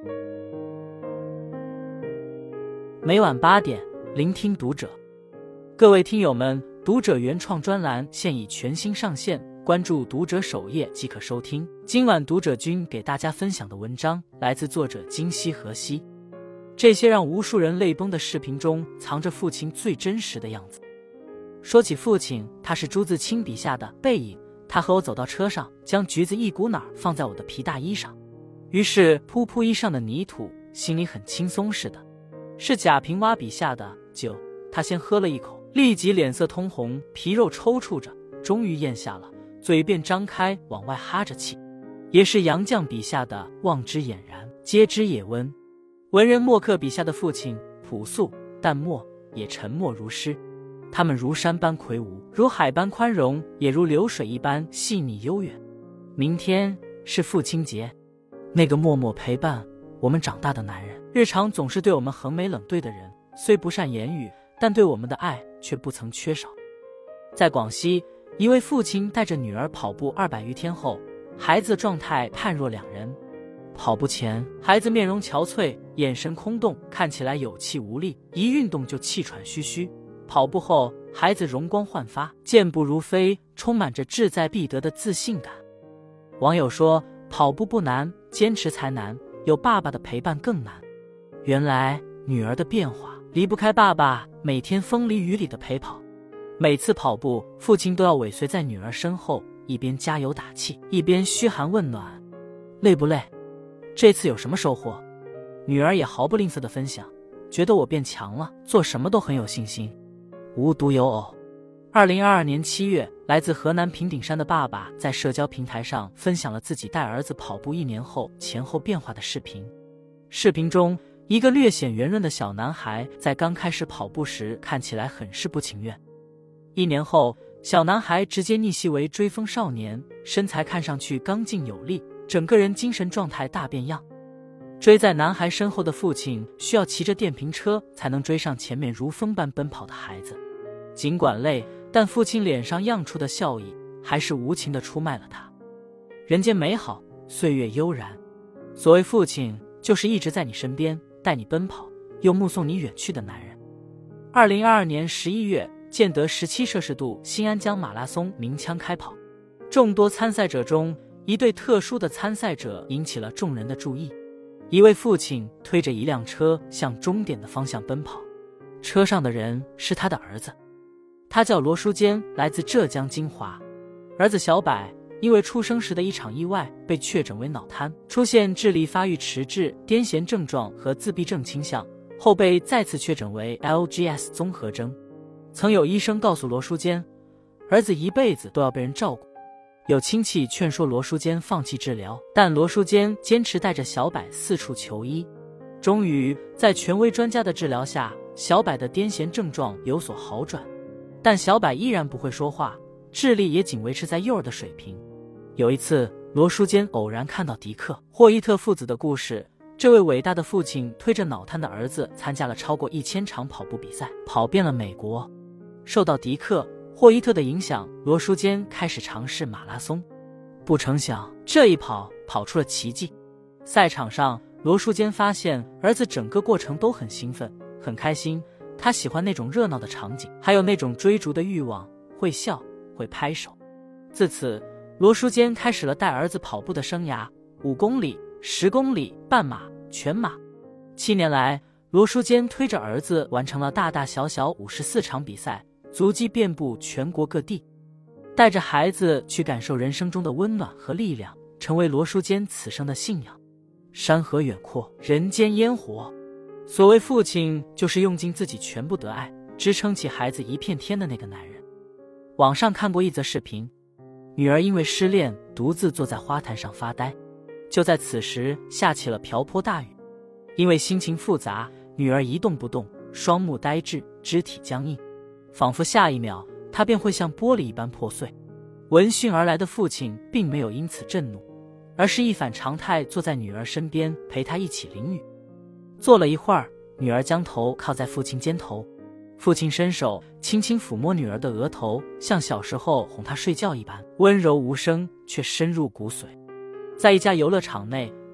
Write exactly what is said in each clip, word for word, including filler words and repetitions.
每晚八点，聆听读者。各位听友们，读者原创专栏现已全新上线，关注读者首页即可收听。今晚读者君给大家分享的文章来自作者金希和希。这些让无数人泪崩的视频中，藏着父亲最真实的样子。说起父亲，他是朱自清笔下的背影。他和我走到车上，将橘子一股脑放在我的皮大衣上，于是扑扑衣上的泥土，心里很轻松似的。是贾平凹笔下的酒，他先喝了一口，立即脸色通红，皮肉抽搐着，终于咽下了，嘴便张开往外哈着气。也是杨绛笔下的望之俨然，皆知也温。文人墨客笔下的父亲，朴素淡漠，也沉默如诗。他们如山般魁梧，如海般宽容，也如流水一般细腻悠远。明天是父亲节，那个默默陪伴我们长大的男人，日常总是对我们横眉冷对的人，虽不善言语，但对我们的爱却不曾缺少。在广西，一位父亲带着女儿跑步二百余天后，孩子的状态判若两人。跑步前，孩子面容憔悴，眼神空洞，看起来有气无力，一运动就气喘吁吁。跑步后，孩子容光焕发，健步如飞，充满着志在必得的自信感。网友说，跑步不难，坚持才难，有爸爸的陪伴更难。原来女儿的变化离不开爸爸每天风里雨里的陪跑。每次跑步，父亲都要尾随在女儿身后，一边加油打气，一边嘘寒问暖。累不累？这次有什么收获？女儿也毫不吝啬地分享，觉得我变强了，做什么都很有信心。无独有偶，二零二二年七月，来自河南平顶山的爸爸在社交平台上分享了自己带儿子跑步一年后前后变化的视频。视频中，一个略显圆润的小男孩在刚开始跑步时看起来很是不情愿。一年后，小男孩直接逆袭为追风少年，身材看上去刚劲有力，整个人精神状态大变样。追在男孩身后的父亲需要骑着电瓶车才能追上前面如风般奔跑的孩子。尽管累，但父亲脸上漾出的笑意还是无情地出卖了他。人间美好，岁月悠然。所谓父亲，就是一直在你身边，带你奔跑，又目送你远去的男人。二零二二年十一月，建德十七摄氏度新安江马拉松鸣枪开跑，众多参赛者中，一对特殊的参赛者引起了众人的注意。一位父亲推着一辆车向终点的方向奔跑，车上的人是他的儿子。他叫罗书坚，来自浙江金华。儿子小柏因为出生时的一场意外被确诊为脑瘫，出现智力发育迟滞、癫痫症状和自闭症倾向，后被再次确诊为 L G S 综合征。曾有医生告诉罗书坚，儿子一辈子都要被人照顾。有亲戚劝说罗书坚放弃治疗，但罗书坚坚持带着小柏四处求医。终于在权威专家的治疗下，小柏的癫痫症状有所好转，但小柏依然不会说话，智力也仅维持在幼儿的水平。有一次，罗书坚偶然看到迪克·霍伊特父子的故事，这位伟大的父亲推着脑瘫的儿子参加了超过一千场跑步比赛，跑遍了美国。受到迪克·霍伊特的影响，罗书坚开始尝试马拉松。不成想，这一跑跑出了奇迹。赛场上，罗书坚发现儿子整个过程都很兴奋，很开心。他喜欢那种热闹的场景，还有那种追逐的欲望，会笑，会拍手。自此，罗书坚开始了带儿子跑步的生涯，五公里、十公里、半马、全马。七年来，罗书坚推着儿子完成了大大小小五十四场比赛，足迹遍布全国各地。带着孩子去感受人生中的温暖和力量，成为罗书坚此生的信仰。山河远阔，人间烟火。所谓父亲，就是用尽自己全部的爱，支撑起孩子一片天的那个男人。网上看过一则视频，女儿因为失恋，独自坐在花坛上发呆。就在此时，下起了瓢泼大雨。因为心情复杂，女儿一动不动，双目呆滞，肢体僵硬，仿佛下一秒她便会像玻璃一般破碎。闻讯而来的父亲并没有因此震怒，而是一反常态坐在女儿身边，陪她一起淋雨。坐了一会儿，女儿将头靠在父亲肩头，父亲伸手轻轻抚摸女儿的额头，像小时候哄她睡觉一般，温柔无声，却深入骨髓。在一家游乐场内，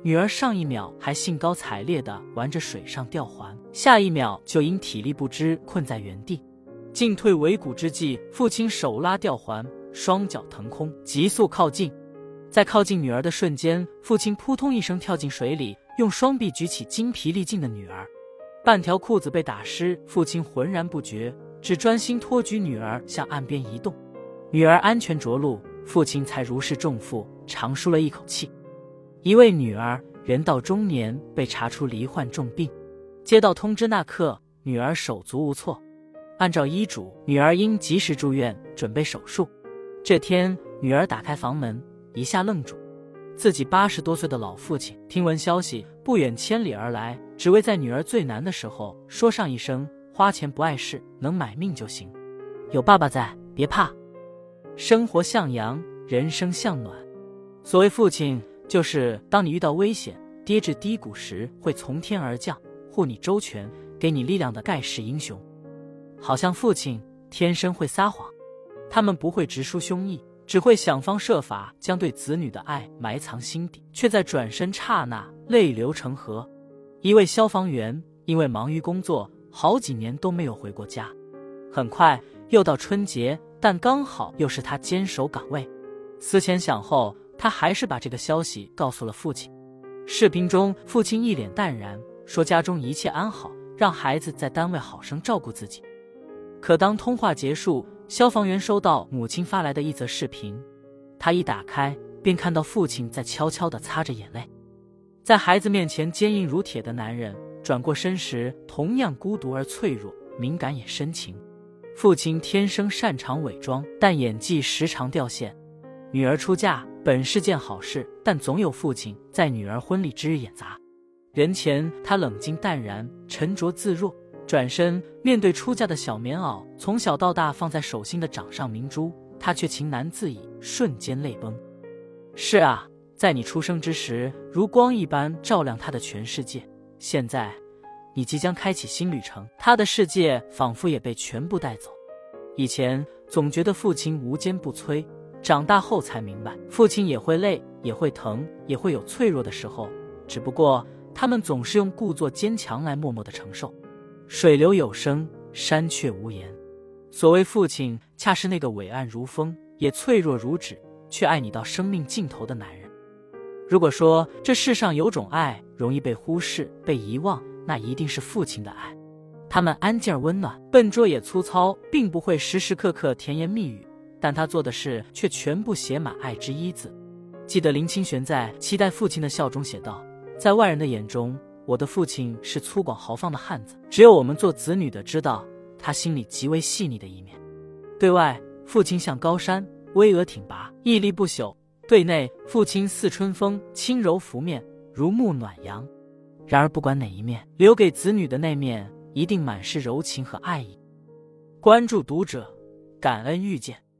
女儿上一秒还兴高采烈地玩着水上吊环，下一秒就因体力不支困在原地。进退维谷之际，父亲手拉吊环，双脚腾空，急速靠近。在靠近女儿的瞬间，父亲扑通一声跳进水里，用双臂举起精疲力尽的女儿。半条裤子被打湿，父亲浑然不觉，只专心托举女儿向岸边移动。女儿安全着陆，父亲才如释重负，长舒了一口气。一位女儿人到中年，被查出罹患重病。接到通知那刻，女儿手足无措。按照医嘱，女儿应及时住院准备手术。这天，女儿打开房门，一下愣住。自己八十多岁的老父亲听闻消息，不远千里而来，只为在女儿最难的时候说上一声：花钱不碍事，能买命就行。有爸爸在，别怕。生活向阳，人生向暖。所谓父亲，就是当你遇到危险、跌至低谷时，会从天而降，护你周全，给你力量的盖世英雄。好像父亲天生会撒谎，他们不会直抒胸臆，只会想方设法将对子女的爱埋藏心底，却在转身刹那泪流成河。一位消防员因为忙于工作，好几年都没有回过家。很快又到春节，但刚好又是他坚守岗位。思前想后，他还是把这个消息告诉了父亲。视频中，父亲一脸淡然，说家中一切安好，让孩子在单位好生照顾自己。可当通话结束，消防员收到母亲发来的一则视频，他一打开，便看到父亲在悄悄地擦着眼泪。在孩子面前坚硬如铁的男人，转过身时同样孤独而脆弱，敏感也深情。父亲天生擅长伪装，但演技时常掉线。女儿出嫁本是件好事，但总有父亲在女儿婚礼之日演砸。人前他冷静淡然，沉着自若，转身面对出嫁的小棉袄，从小到大放在手心的掌上明珠，他却情难自已，瞬间泪崩。是啊，在你出生之时，如光一般照亮他的全世界。现在你即将开启新旅程，他的世界仿佛也被全部带走。以前总觉得父亲无坚不摧，长大后才明白，父亲也会累，也会疼，也会有脆弱的时候，只不过他们总是用故作坚强来默默的承受。水流有声，山却无言。所谓父亲，恰是那个伟岸如风，也脆弱如纸，却爱你到生命尽头的男人。如果说这世上有种爱容易被忽视、被遗忘，那一定是父亲的爱。他们安静而温暖，笨拙也粗糙，并不会时时刻刻甜言蜜语，但他做的事却全部写满爱之一字。记得林清玄在《期待父亲的笑》中写道，在外人的眼中，我的父亲是粗犷豪放的汉子，只有我们做子女的知道他心里极为细腻的一面。对外，父亲像高山，巍峨挺拔，屹立不朽；对内，父亲似春风，轻柔拂面，如沐暖阳。然而不管哪一面，留给子女的那面一定满是柔情和爱意。关注读者，感恩遇见。